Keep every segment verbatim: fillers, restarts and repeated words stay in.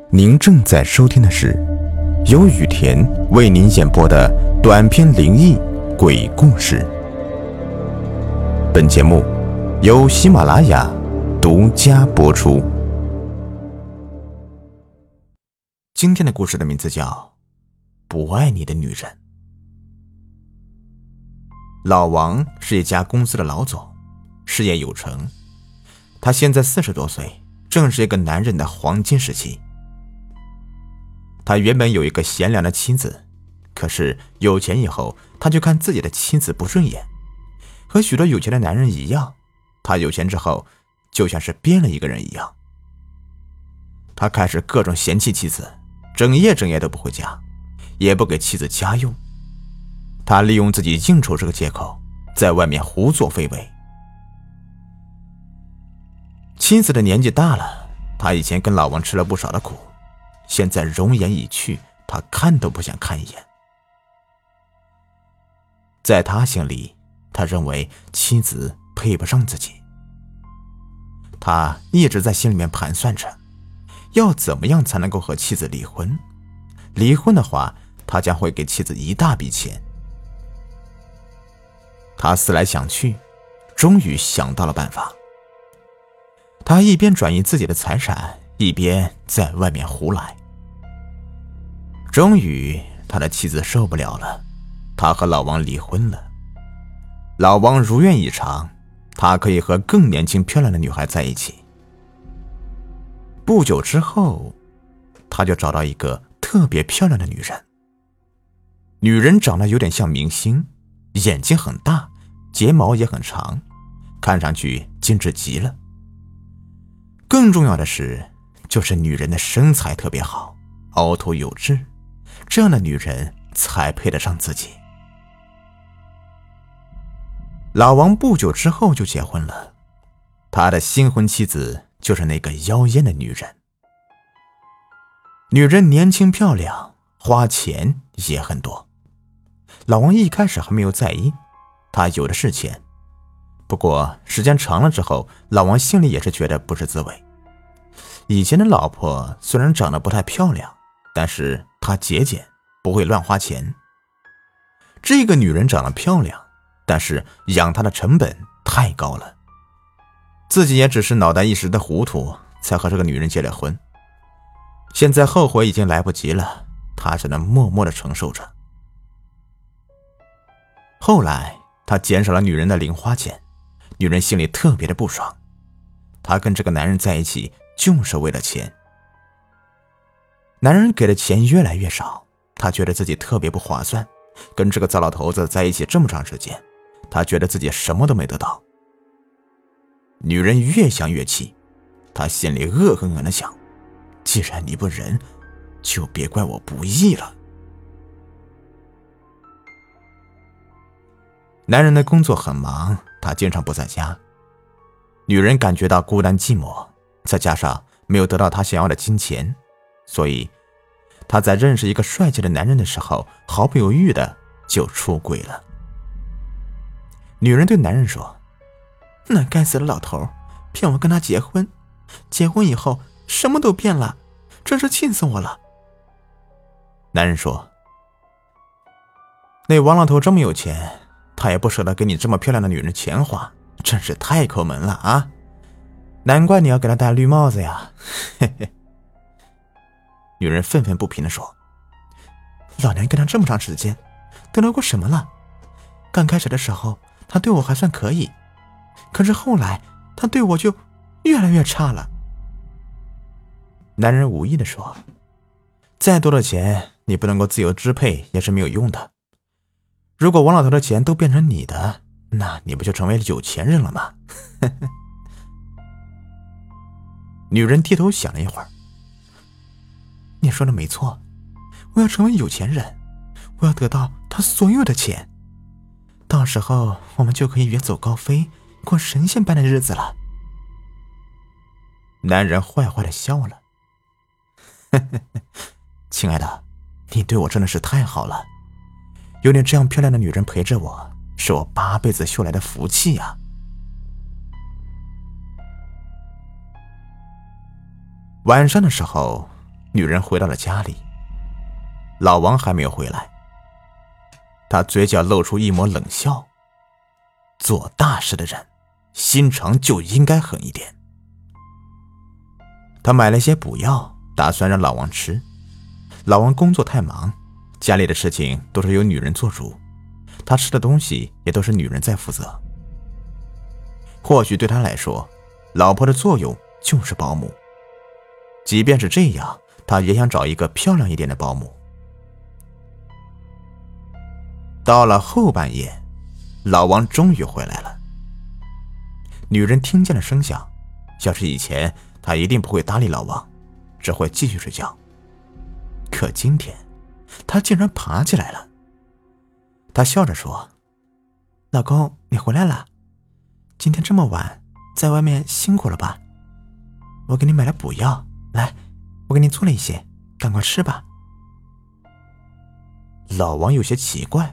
您正在收听的是由雨田为您演播的短篇灵异鬼故事。本节目由喜马拉雅独家播出。今天的故事的名字叫《不爱你的女人》。老王是一家公司的老总，事业有成。他现在四十多岁，正是一个男人的黄金时期。他原本有一个贤良的妻子，可是有钱以后，他就看自己的妻子不顺眼。和许多有钱的男人一样，他有钱之后就像是变了一个人一样。他开始各种嫌弃妻子，整夜整夜都不回家，也不给妻子家用。他利用自己应酬这个借口，在外面胡作非为。妻子的年纪大了，他以前跟老王吃了不少的苦，现在容颜已去，他看都不想看一眼。在他心里，他认为妻子配不上自己。他一直在心里面盘算着，要怎么样才能够和妻子离婚。离婚的话，他将会给妻子一大笔钱。他思来想去，终于想到了办法。他一边转移自己的财产，一边在外面胡来。终于他的妻子受不了了，他和老王离婚了。老王如愿以偿，他可以和更年轻漂亮的女孩在一起。不久之后，他就找到一个特别漂亮的女人。女人长得有点像明星，眼睛很大，睫毛也很长，看上去精致极了。更重要的是，就是女人的身材特别好，凹凸有致，这样的女人才配得上自己。老王不久之后就结婚了，他的新婚妻子就是那个妖艳的女人。女人年轻漂亮，花钱也很多。老王一开始还没有在意，他有的是钱。不过时间长了之后，老王心里也是觉得不是滋味。以前的老婆虽然长得不太漂亮，但是她节俭，不会乱花钱。这个女人长得漂亮，但是养她的成本太高了。自己也只是脑袋一时的糊涂，才和这个女人结了婚。现在后悔已经来不及了，他只能默默地承受着。后来他减少了女人的零花钱，女人心里特别的不爽。他跟这个男人在一起就是为了钱。男人给的钱越来越少，他觉得自己特别不划算，跟这个糟老头子在一起这么长时间，他觉得自己什么都没得到。女人越想越气，他心里恶狠狠地想，既然你不仁，就别怪我不义了。男人的工作很忙，他经常不在家。女人感觉到孤单寂寞，再加上没有得到她想要的金钱，所以她在认识一个帅气的男人的时候，毫不犹豫的就出轨了。女人对男人说，那该死的老头骗我跟他结婚，结婚以后什么都变了，真是气死我了。男人说，那王老头这么有钱，他也不舍得给你这么漂亮的女人钱花，真是太抠门了啊！难怪你要给他戴绿帽子呀！嘿嘿。女人愤愤不平地说，老娘跟他这么长时间，得到过什么了？刚开始的时候他对我还算可以，可是后来他对我就越来越差了。男人无意地说，再多的钱你不能够自由支配也是没有用的。如果王老头的钱都变成你的，那你不就成为有钱人了吗？女人低头想了一会儿，你说的没错，我要成为有钱人，我要得到他所有的钱，到时候我们就可以远走高飞，过神仙般的日子了。男人坏坏的笑了，亲爱的，你对我真的是太好了，有你这样漂亮的女人陪着我，是我八辈子修来的福气呀。晚上的时候， 女人回到了家里，老王还没有回来。他嘴角露出一抹冷笑，做大事的人心肠就应该狠一点。他买了些补药，打算让老王吃。老王工作太忙，家里的事情都是由女人做主，他吃的东西也都是女人在负责。或许对他来说，老婆的作用就是保姆，即便是这样，他也想找一个漂亮一点的保姆。到了后半夜，老王终于回来了。女人听见了声响，要是以前她一定不会搭理老王，只会继续睡觉。可今天她竟然爬起来了。她笑着说：老公，你回来了，今天这么晚在外面辛苦了吧？我给你买了补药，来，我给你做了一些，赶快吃吧。老王有些奇怪，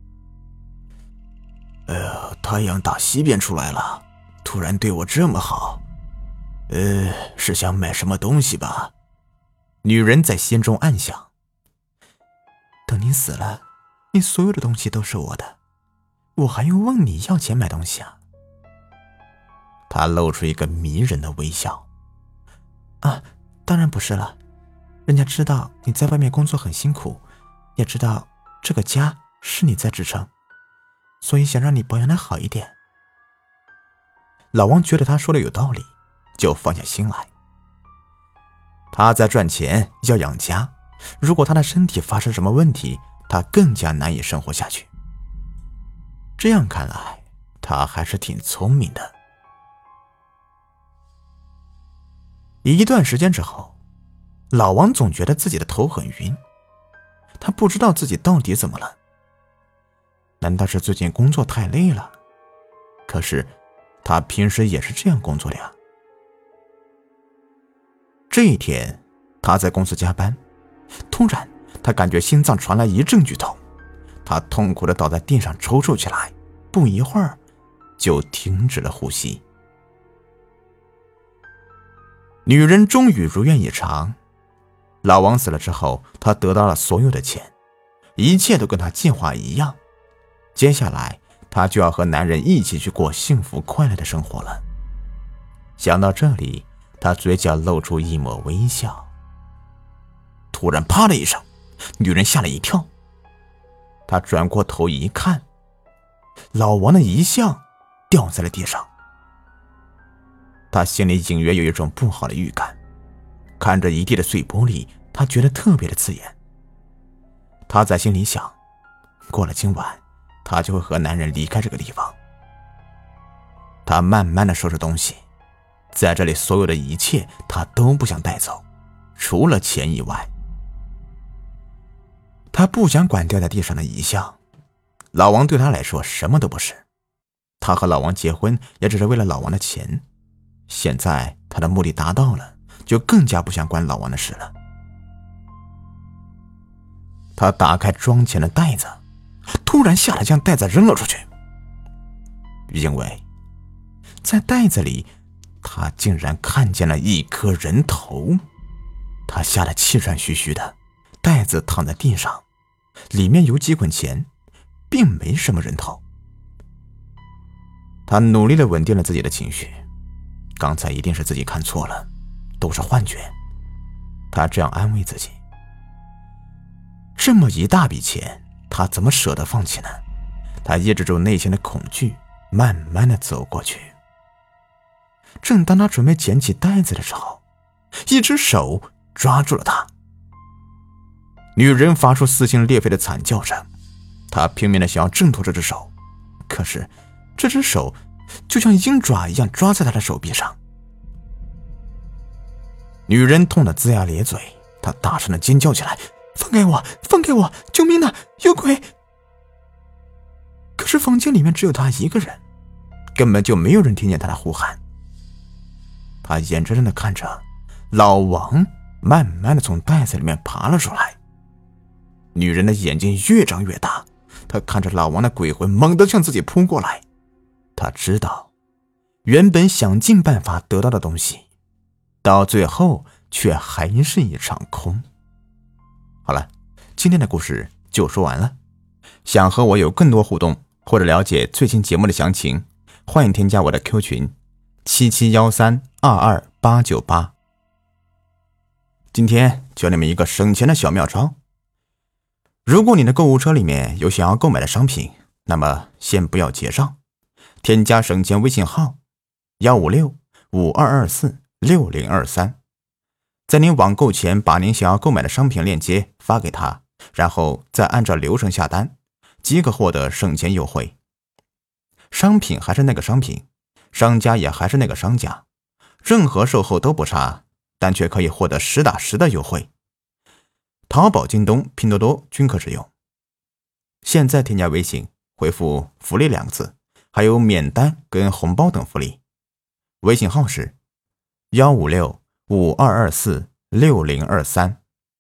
哎呀，太阳打西边出来了，突然对我这么好，呃，是想买什么东西吧？女人在心中暗想，等你死了，你所有的东西都是我的，我还用问你要钱买东西啊？她露出一个迷人的微笑。啊，当然不是了，人家知道你在外面工作很辛苦，也知道这个家是你在支撑，所以想让你保养得好一点。老王觉得他说的有道理，就放下心来。他在赚钱要养家，如果他的身体发生什么问题，他更加难以生活下去。这样看来，他还是挺聪明的。一段时间之后，老王总觉得自己的头很晕，他不知道自己到底怎么了。难道是最近工作太累了？可是他平时也是这样工作的呀。这一天，他在公司加班，突然他感觉心脏传来一阵剧痛，他痛苦地倒在地上抽搐起来，不一会儿就停止了呼吸。女人终于如愿以偿，老王死了之后，他得到了所有的钱，一切都跟他计划一样。接下来他就要和男人一起去过幸福快乐的生活了。想到这里，他嘴角露出一抹微笑。突然啪的一声，女人吓了一跳，她转过头一看，老王的遗像掉在了地上。他心里隐约有一种不好的预感，看着一地的碎玻璃，他觉得特别的刺眼。他在心里想，过了今晚，他就会和男人离开这个地方。他慢慢的收拾东西，在这里所有的一切他都不想带走，除了钱以外。他不想管掉在地上的遗像，老王对他来说什么都不是，他和老王结婚也只是为了老王的钱。现在他的目的达到了，就更加不想管老王的事了。他打开装钱的袋子，突然吓得将袋子扔了出去，因为在袋子里他竟然看见了一颗人头。他吓得气喘吁吁的，袋子躺在地上，里面有几捆钱，并没什么人头。他努力地稳定了自己的情绪，刚才一定是自己看错了，都是幻觉。他这样安慰自己。这么一大笔钱，他怎么舍得放弃呢？他抑制住内心的恐惧，慢慢地走过去。正当他准备捡起袋子的时候，一只手抓住了他。女人发出撕心裂肺的惨叫声，她拼命地想要挣脱这只手，可是这只手就像鹰爪一样抓在他的手臂上。女人痛得龇牙咧嘴，她大声地尖叫起来，放开我，放开我，救命啊，有鬼！可是房间里面只有她一个人，根本就没有人听见她的呼喊。她眼睁睁地看着老王慢慢地从袋子里面爬了出来。女人的眼睛越长越大，她看着老王的鬼魂猛地向自己扑过来。她知道，原本想尽办法得到的东西，到最后却还是一场空。好了，今天的故事就说完了。想和我有更多互动，或者了解最新节目的详情，欢迎添加我的 Q 群七七一三二二八九八。今天教你们一个省钱的小妙招。如果你的购物车里面有想要购买的商品，那么先不要结账，添加省钱微信号一五六五二二四六零二三，在您网购前把您想要购买的商品链接发给他，然后再按照流程下单，即可获得省钱优惠。商品还是那个商品，商家也还是那个商家，任何售后都不差，但却可以获得实打实的优惠。淘宝、京东、拼多多均可使用。现在添加微信，回复福利两个字，还有免单跟红包等福利。微信号是一五六五二二四六零二三。